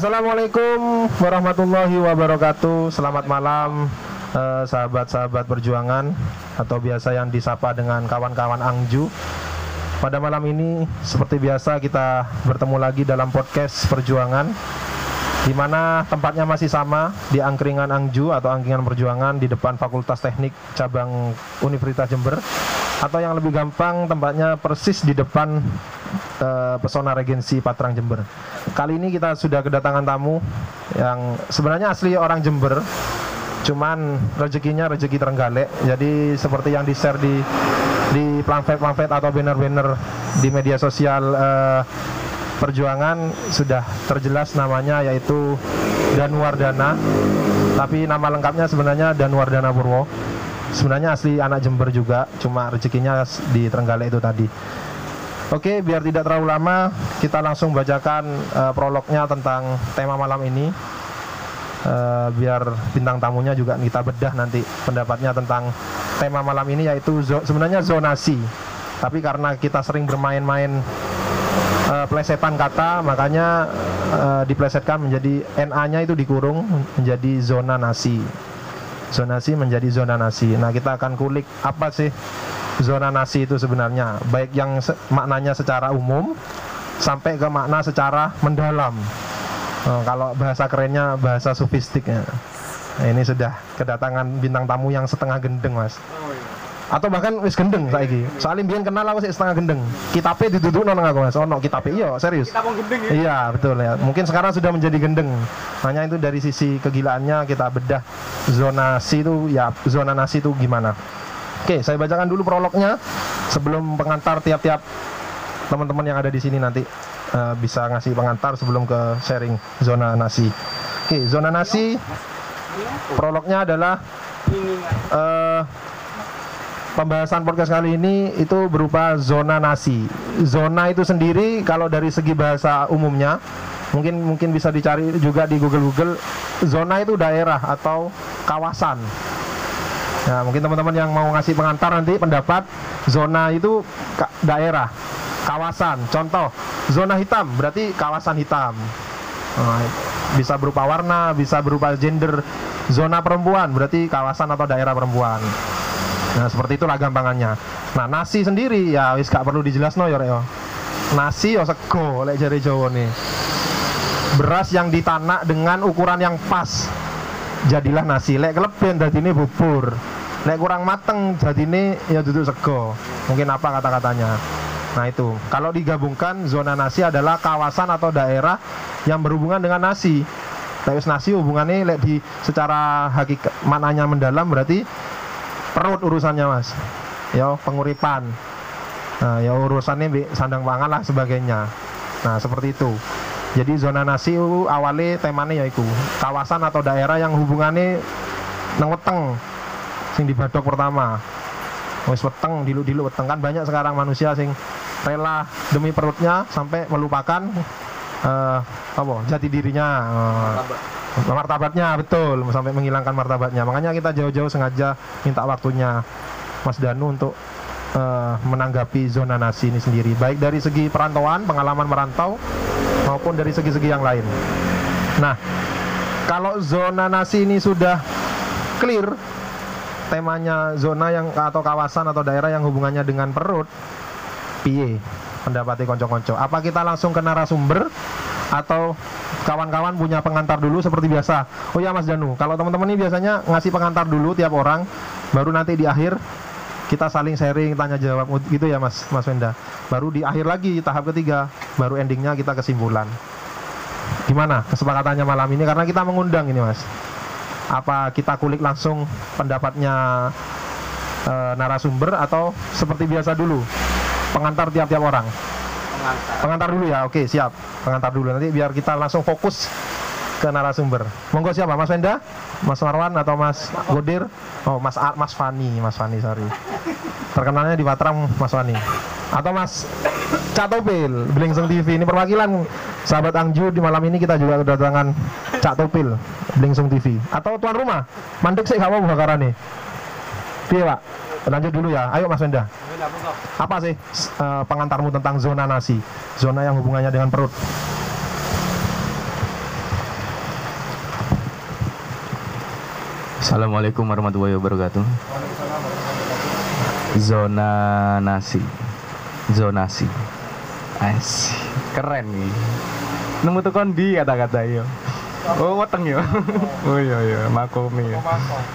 Assalamualaikum warahmatullahi wabarakatuh. Selamat malam sahabat-sahabat perjuangan atau biasa yang disapa dengan kawan-kawan Angju. Pada malam ini seperti biasa kita bertemu lagi dalam podcast perjuangan, di mana tempatnya masih sama di Angkringan Angju atau Angkringan Perjuangan di depan Fakultas Teknik Cabang Universitas Jember, atau yang lebih gampang tempatnya persis di depan Pesona Regensi Patrang Jember. Kali ini kita sudah kedatangan tamu yang sebenarnya asli orang Jember, cuman rezekinya rezeki Trenggalek. Jadi seperti yang di-share di pamflet-pamflet atau banner-banner di media sosial perjuangan sudah terjelas namanya, yaitu Danuwardana. Tapi nama lengkapnya sebenarnya Danuwardana Purwo. Sebenarnya asli anak Jember juga, cuma rezekinya di Trenggalek itu tadi. Oke, biar tidak terlalu lama, kita langsung bacakan prolognya tentang tema malam ini. Biar bintang tamunya juga kita bedah nanti pendapatnya tentang tema malam ini, yaitu sebenarnya zonasi. Tapi karena kita sering bermain-main plesetan kata, makanya diplesetkan menjadi NA-nya itu dikurung menjadi zona nasi. Zonasi menjadi zona nasi. Nah, kita akan kulik apa sih zona nasi itu sebenarnya, baik yang maknanya secara umum sampai ke makna secara mendalam. Kalau bahasa kerennya bahasa sofistiknya. Nah, ini sudah kedatangan bintang tamu yang setengah gendeng, Mas. Atau bahkan wis gendeng saiki. Soalnya biyen kenal aku sih setengah gendeng. Kitabe didudukno nang aku, Mas. Ono kitabe, iya, serius. Kita mau gendeng ya? Iya, betul ya. Mungkin sekarang sudah menjadi gendeng. Makanya itu dari sisi kegilaannya kita bedah zonasi itu, ya zona nasi itu gimana. Oke, saya bacakan dulu prolognya sebelum pengantar tiap-tiap teman-teman yang ada di sini nanti bisa ngasih pengantar sebelum ke sharing zona nasi. Oke, zona nasi prolognya adalah pembahasan podcast kali ini itu berupa zona nasi. Zona itu sendiri kalau dari segi bahasa umumnya mungkin bisa dicari juga di Google. Zona itu daerah atau kawasan. Nah, mungkin teman-teman yang mau ngasih pengantar nanti pendapat, zona itu daerah, kawasan. Contoh, zona hitam berarti kawasan hitam. Nah, bisa berupa warna, bisa berupa gender. Zona perempuan berarti kawasan atau daerah perempuan. Nah, seperti itulah gampangannya. Nah, nasi sendiri ya wis gak perlu dijelasno ya, Rek. Nasi ya sego lek jare Jawa nih. Beras yang ditanak dengan ukuran yang pas, jadilah nasi. Lek keleben dadine bubur. Lek kurang mateng jadine ya duduk sego. Mungkin apa kata-katanya. Nah, itu. Kalau digabungkan, zona nasi adalah kawasan atau daerah yang berhubungan dengan nasi. Lek nasi hubungannya lek di secara hakikat maknanya mendalam berarti perut urusannya, Mas. Ya, penguripan. Nah, ya urusannya sandang pangan lah sebagainya. Nah, seperti itu. Jadi zona nasi awalnya temanya yaitu kawasan atau daerah yang hubungannya nang weteng sing di badok pertama. Wis weteng, dilu-dilu weteng, kan banyak sekarang manusia sing rela demi perutnya sampai melupakan jati dirinya. Martabatnya, betul, sampai menghilangkan martabatnya. Makanya kita jauh-jauh sengaja minta waktunya Mas Danu untuk menanggapi zona nasi ini sendiri, baik dari segi perantauan, pengalaman merantau, maupun dari segi-segi yang lain. Nah, kalau zona nasi ini sudah clear temanya, zona yang atau kawasan atau daerah yang hubungannya dengan perut, piye pendapatnya konco-konco? Apa kita langsung ke narasumber atau kawan-kawan punya pengantar dulu seperti biasa? Oh ya, Mas Danu, kalau teman-teman ini biasanya ngasih pengantar dulu tiap orang, baru nanti di akhir kita saling sharing, tanya jawab gitu ya, Mas Wenda. Baru di akhir lagi tahap ketiga, baru endingnya kita kesimpulan. Gimana kesepakatannya malam ini? Karena kita mengundang ini, Mas. Apa kita kulik langsung pendapatnya narasumber atau seperti biasa dulu pengantar tiap-tiap orang? Pengantar dulu ya, oke, siap. Pengantar dulu, nanti biar kita langsung fokus ke narasumber. Monggo, siapa? Mas Wenda, Mas Marwan, atau Mas Godir? Oh, Mas Fani, sorry. Terkenalnya di Patrang, Mas Fani. Atau Mas Cak Topil, Blingsung TV. Ini perwakilan sahabat Angju. Di malam ini kita juga kedatangan Cak Topil, Blingsung TV. Atau tuan rumah, mandek sih kamu bakaran nih. Piye, Pak? Lanjut dulu ya. Ayo, Mas Wenda. Apa sih pengantarmu tentang zona nasi? Zona yang hubungannya dengan perut. Assalamualaikum warahmatullahi wabarakatuh. Zonasi. Asik. Keren nih. Nemu tukon di kata-kata yo. Oh, weteng yo. Oh iya, makomi ya.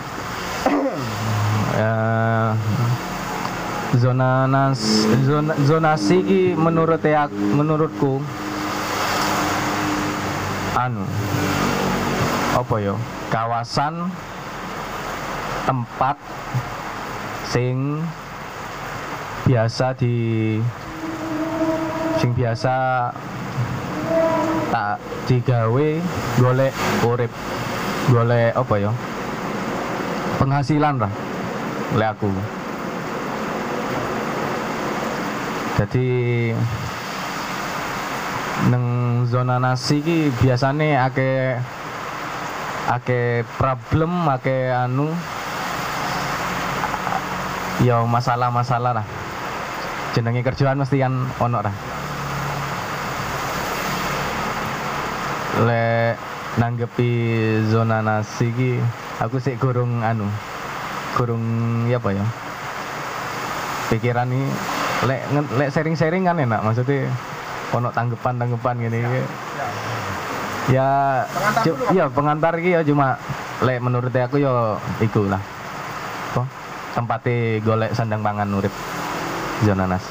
Zonasi ki menurutku apa yo? Kawasan tempat sing biasa tak digawe golek urip, golek apa ya, penghasilan lah oleh aku. Jadi neng zona nasi ki biasane ake problem, ake ya masalah-masalah lah. Jenenge kerjaan mesti kan ono lah. Le nanggepi zona nasi ki aku sih kurung ya apa ya, pikiran nih lek sharing kan enak, maksudnya ono tanggapan gini ya pengantar ki ya cuma lek menurut aku ya iku lah kok tempatnya golek sandang pangan urip zona nasi.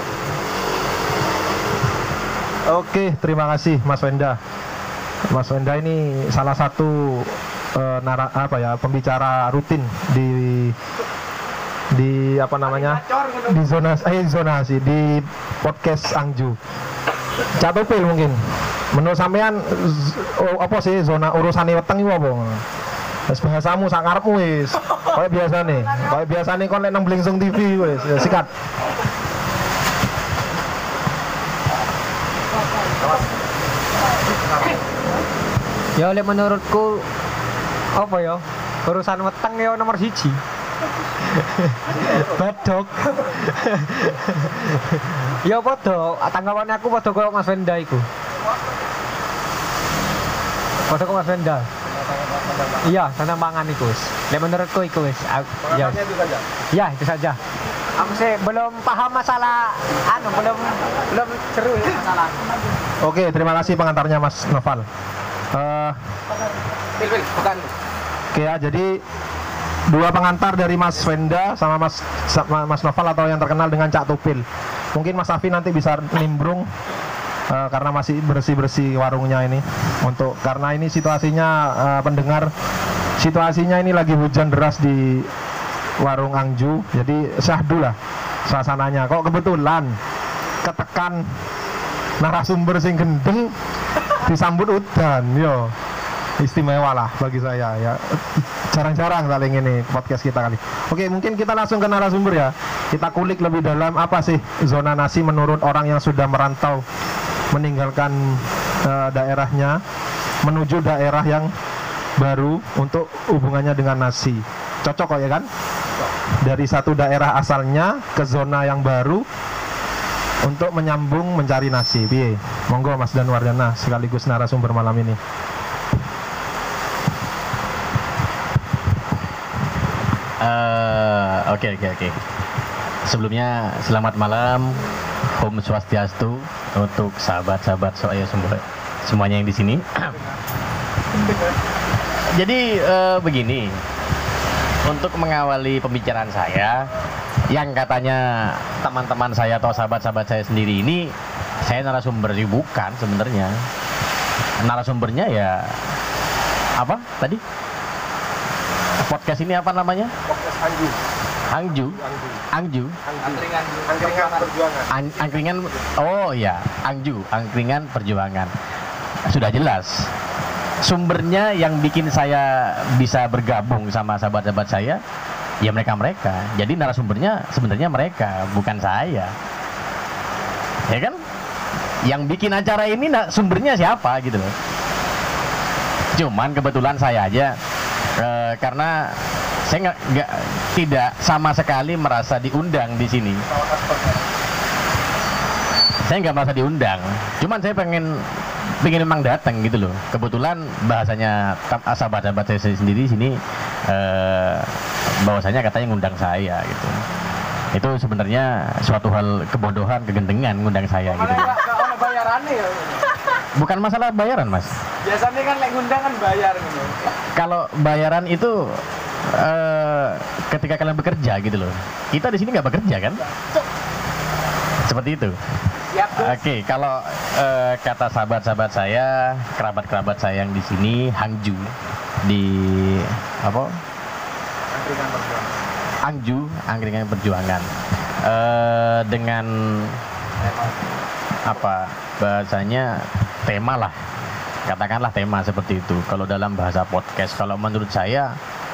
Oke, terima kasih Mas Wenda. Mas Wenda ini salah satu pembicara rutin di zonasi di podcast Angju. Cak Topil mungkin. Menurut sampean apa sih zona urusane weteng iku apa? Wis bahasamu sak karepmu wis. Kayak biasane kon lek nang Blingsung TV wis sikat. Ya oleh menurutku apa ya, urusan weteng ya nomor 1. Badok. Ya padha, tanggapannya aku padha koyo Mas Wenda iku. Padha koyo Mas Wenda. Iya, sandang pangan iku wis. Lek menurutku iku wis. Ya. Ya, itu saja. Aku sih belum paham masalah belum seru ya masalah. Oke, terima kasih pengantarnya Mas Noval. Bukan. Oke ya, jadi dua pengantar dari Mas Wenda sama Mas Noval atau yang terkenal dengan Cak Tupil. Mungkin Mas Afi nanti bisa nimbrung karena masih bersih warungnya ini. Karena ini situasinya pendengar, situasinya ini lagi hujan deras di warung Angju. Jadi syahdu lah suasananya. Kok kebetulan ketekan narasumber sing gendeng disambut udan, yo istimewa lah bagi saya ya. Jarang-jarang saling ini podcast kita kali. Oke, mungkin kita langsung ke narasumber ya. Kita kulik lebih dalam apa sih zona nasi menurut orang yang sudah merantau meninggalkan daerahnya menuju daerah yang baru untuk hubungannya dengan nasi. Cocok kok ya kan? Dari satu daerah asalnya ke zona yang baru untuk menyambung mencari nasi. Piye? Monggo Mas Danwardana sekaligus narasumber malam ini. Oke. Sebelumnya selamat malam, Om Swastiastu untuk sahabat-sahabat saya semuanya yang di sini. Jadi begini, untuk mengawali pembicaraan saya, yang katanya teman-teman saya atau sahabat-sahabat saya sendiri ini, saya narasumber bukan sebenarnya. Narasumbernya ya apa tadi? Podcast ini apa namanya? Podcast Angju. Angkringan. Oh ya, Angkringan Perjuangan. Sudah jelas. Sumbernya yang bikin saya bisa bergabung sama sahabat-sahabat saya, ya mereka. Jadi narasumbernya sebenarnya mereka, bukan saya. Ya kan? Yang bikin acara ini sumbernya siapa gitu loh. Cuman kebetulan saya aja karena saya tidak sama sekali merasa diundang di sini. Saya nggak merasa diundang. Cuman saya pengen memang datang gitu loh. Kebetulan bahasanya sahabat-sahabat saya sendiri di sini bahwasanya katanya ngundang saya gitu. Itu sebenarnya suatu hal kebodohan, kegendengan ngundang saya gitu. Kalau bayarannya ya. Bukan masalah bayaran, Mas. Biasanya kan lek ngundang kan bayar gitu. Kalau bayaran itu ketika kalian bekerja gitu loh. Kita di sini nggak bekerja kan? Seperti itu. Siap, Gus. Oke, kalau kata sahabat-sahabat saya, kerabat-kerabat saya yang di sini, Hangju di apa? Angju, Angkringan Perjuangan. Dengan apa bahasanya tema lah, katakanlah tema seperti itu. Kalau dalam bahasa podcast, kalau menurut saya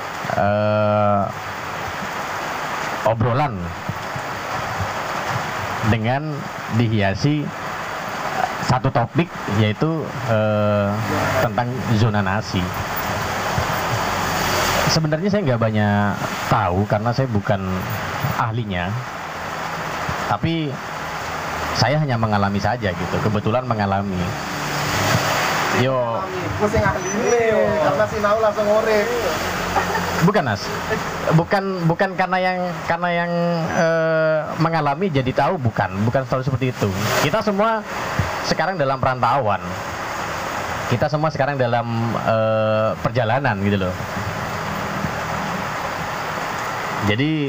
obrolan dengan dihiasi satu topik, yaitu tentang zonasi. Sebenarnya saya nggak banyak tahu karena saya bukan ahlinya, tapi saya hanya mengalami saja gitu, kebetulan mengalami. Yo, Pusing ahli karena sinau langsung ngorek. bukan Mas, bukan karena yang mengalami jadi tahu, bukan selalu seperti itu. Kita semua sekarang dalam perantauan, kita semua sekarang dalam perjalanan gitu loh. Jadi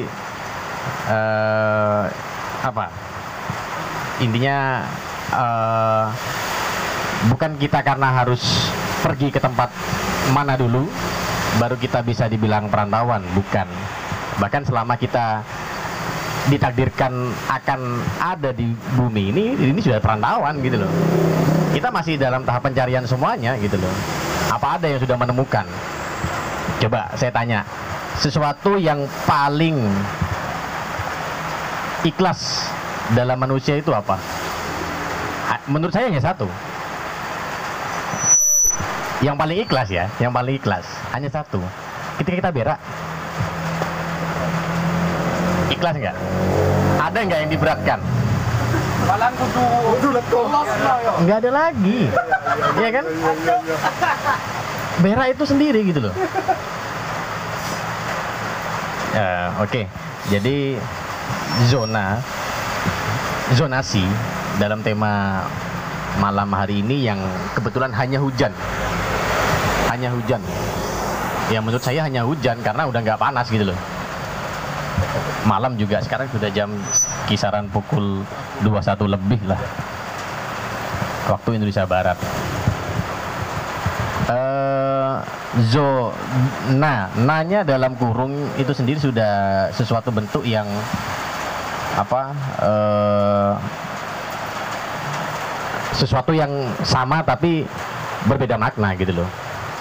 apa? Intinya bukan kita karena harus pergi ke tempat mana dulu baru kita bisa dibilang perantauan, bukan. Bahkan selama kita ditakdirkan akan ada di bumi ini sudah perantauan gitu loh. Kita masih dalam tahap pencarian semuanya gitu loh. Apa ada yang sudah menemukan? Coba saya tanya, sesuatu yang paling ikhlas dalam manusia itu apa? Menurut saya hanya satu. Yang paling ikhlas ya, yang paling ikhlas hanya satu. Ketika kita berak, ikhlas nggak? Ada nggak yang diberatkan? Balang kudu letos lah yo. Nggak ada lagi, ya kan? Berak itu sendiri gitu loh. Oke. Jadi zonasi dalam tema malam hari ini yang kebetulan hanya hujan. Ya menurut saya hanya hujan karena udah nggak panas gitu loh. Malam juga sekarang sudah jam kisaran pukul 21 lebih lah waktu Indonesia Barat. Nanya dalam kurung itu sendiri sudah sesuatu bentuk yang apa? Sesuatu yang sama tapi berbeda makna gitu loh.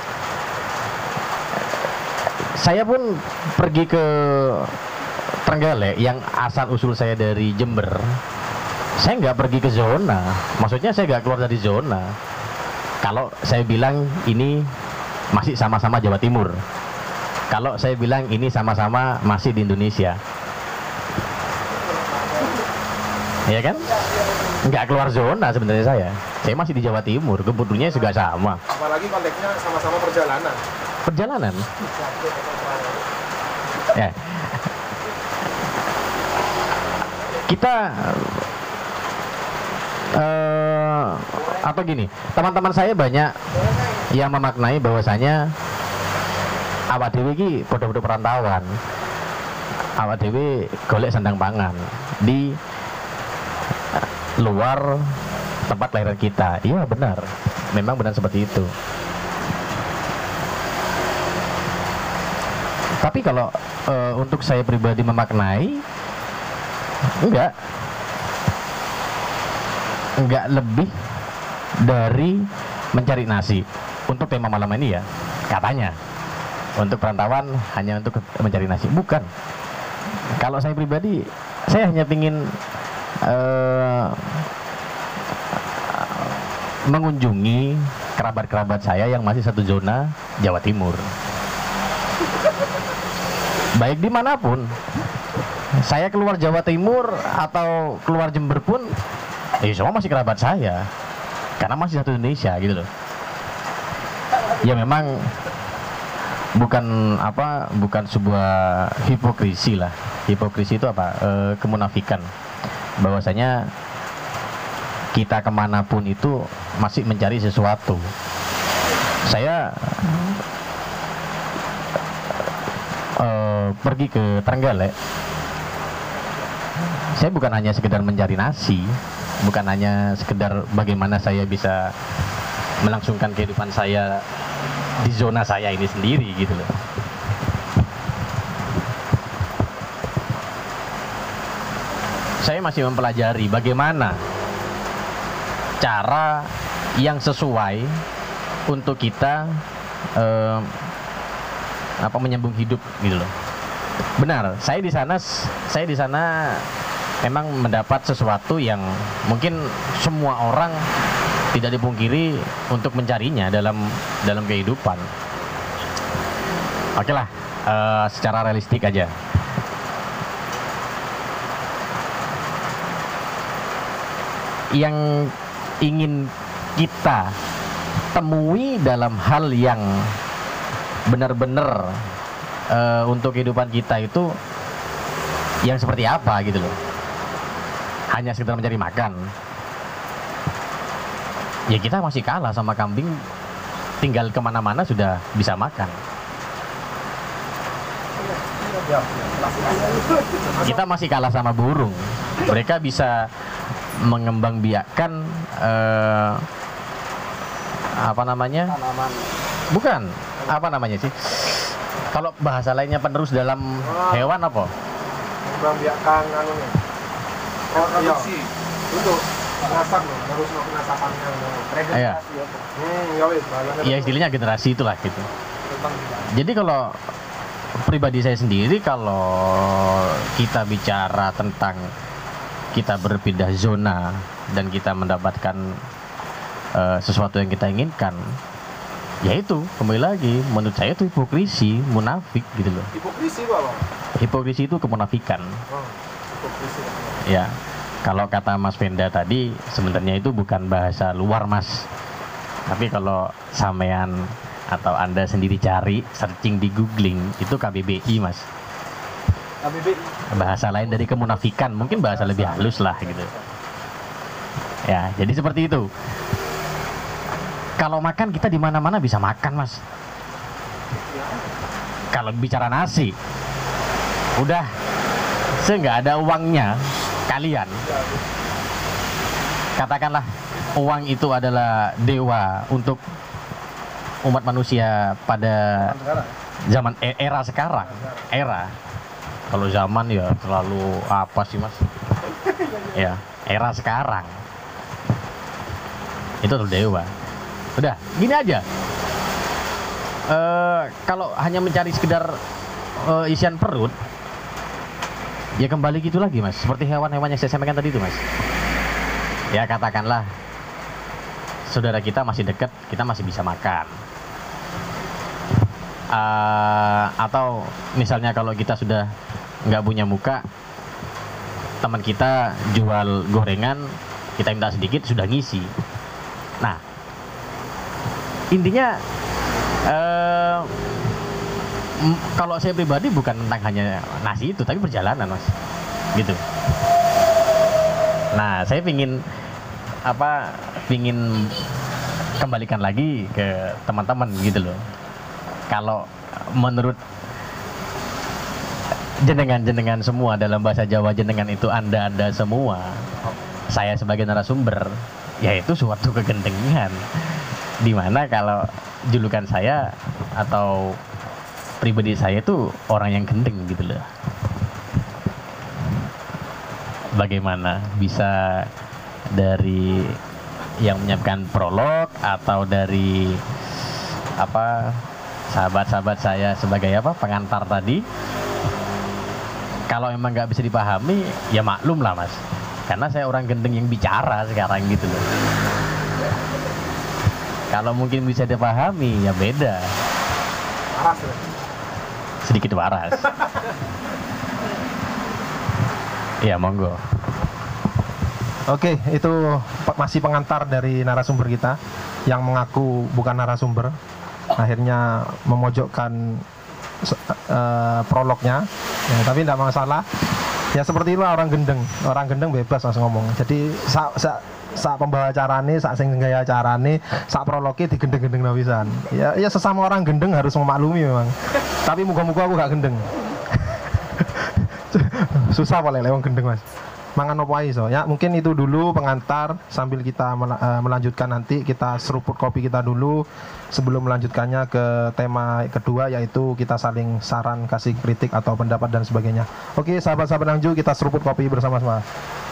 Saya pun pergi ke Trenggalek yang asal usul saya dari Jember. Saya nggak pergi ke zona, maksudnya saya nggak keluar dari zona. Kalau saya bilang ini masih sama-sama Jawa Timur, kalau saya bilang ini sama-sama masih di Indonesia, ya kan? Nggak keluar zona sebenarnya saya masih di Jawa Timur, kebutuhannya juga sama. Apalagi konteksnya sama-sama perjalanan. Ya. Kita atau gini, teman-teman saya banyak yang memaknai bahwasanya awak dhewe iki padha-padha perantauan. Awak dhewe golek sandang pangan di luar tempat kelahiran kita. Iya benar, memang benar seperti itu. Tapi kalau untuk saya pribadi memaknai, enggak lebih dari mencari nasi. Untuk tema malam ini ya, katanya untuk perantauan hanya untuk mencari nasi, bukan. Kalau saya pribadi, saya hanya ingin mengunjungi kerabat-kerabat saya yang masih satu zona Jawa Timur. Baik dimanapun, saya keluar Jawa Timur atau keluar Jember pun, semua masih kerabat saya, karena masih satu Indonesia gitu loh. Ya memang bukan sebuah hipokrisi lah. Hipokrisi itu apa? Kemunafikan. Bahwasanya kita kemanapun itu masih mencari sesuatu. Saya pergi ke Trenggalek. Saya bukan hanya sekedar mencari nasi, bukan hanya sekedar bagaimana saya bisa melangsungkan kehidupan saya di zona saya ini sendiri gitu loh. Saya masih mempelajari bagaimana cara yang sesuai untuk kita menyambung hidup gitu loh. Benar, saya di sana memang mendapat sesuatu yang mungkin semua orang tidak dipungkiri untuk mencarinya dalam kehidupan. Oke lah, secara realistik aja. Yang ingin kita temui dalam hal yang benar-benar untuk kehidupan kita itu yang seperti apa gitu loh. Hanya sekedar mencari makan. Ya kita masih kalah sama kambing, tinggal kemana-mana sudah bisa makan. Kita masih kalah sama burung. Mereka bisa mengembangbiakkan bukan apa namanya sih, kalau bahasa lainnya penerus dalam hewan apa? Mengembangbiakkan produksi untuk pengasap loh, harus pengasapannya regenerasi ya istilahnya generasi itulah gitu. Jadi kalau pribadi saya sendiri, kalau kita bicara tentang kita berpindah zona dan kita mendapatkan sesuatu yang kita inginkan, yaitu kembali lagi menurut saya itu hipokrisi, munafik gitu loh. Hipokrisi apa? Hipokrisi itu kemunafikan. Ya, kalau kata Mas Venda tadi sebenarnya itu bukan bahasa luar Mas, tapi kalau sampean atau Anda sendiri cari, searching di googling, itu KBBI Mas. KBBI. Bahasa lain dari kemunafikan, mungkin bahasa lebih halus lah gitu. Ya, jadi seperti itu. Kalau makan kita di mana-mana bisa makan Mas. Kalau bicara nasi, udah nggak ada uangnya kalian. Katakanlah uang itu adalah dewa untuk umat manusia pada zaman era sekarang. Kalau zaman ya terlalu apa sih Mas? Ya, era sekarang itu tuh dewa. Udah, gini aja. Kalau hanya mencari sekedar isian perut, ya kembali gitu lagi Mas. Seperti hewan-hewan yang saya sampaikan tadi itu Mas. Ya katakanlah saudara kita masih dekat, kita masih bisa makan. Atau misalnya kalau kita sudah nggak punya muka, teman kita jual gorengan, kita minta sedikit sudah ngisi. Nah, intinya kalau saya pribadi bukan tentang hanya nasi itu, tapi perjalanan Mas, gitu. Nah, saya pingin kembalikan lagi ke teman-teman gitu loh. Kalau menurut jenengan semua, dalam bahasa Jawa jenengan itu anda semua, saya sebagai narasumber, yaitu suatu kegendengan. Dimana kalau julukan saya atau pribadi saya itu orang yang gendeng gitu loh. Bagaimana bisa dari yang menyiapkan prolog atau dari sahabat-sahabat saya sebagai pengantar tadi, kalau emang nggak bisa dipahami ya maklum lah Mas, karena saya orang gendeng yang bicara sekarang gitu loh. Kalau mungkin bisa dipahami ya beda, waras, sedikit waras. Ya monggo. Oke, itu masih pengantar dari narasumber kita yang mengaku bukan narasumber. akhirnya memojokkan prolognya, ya, tapi tidak masalah. Ya seperti itulah orang gendeng bebas langsung ngomong. Jadi sak pembawa acarane, sak sing gaya acarane, sak prologe digendeng-gendeng nawisan. Ya sesama orang gendeng harus memaklumi memang. Tapi muga-muga aku gak gendeng. Susah boleh lewat gendeng mas. Mangan opo ae so. Ya mungkin itu dulu pengantar sambil kita melanjutkan nanti kita seruput kopi kita dulu sebelum melanjutkannya ke tema kedua yaitu kita saling saran, kasih kritik atau pendapat dan sebagainya. Oke sahabat-sahabat Angju kita seruput kopi bersama-sama.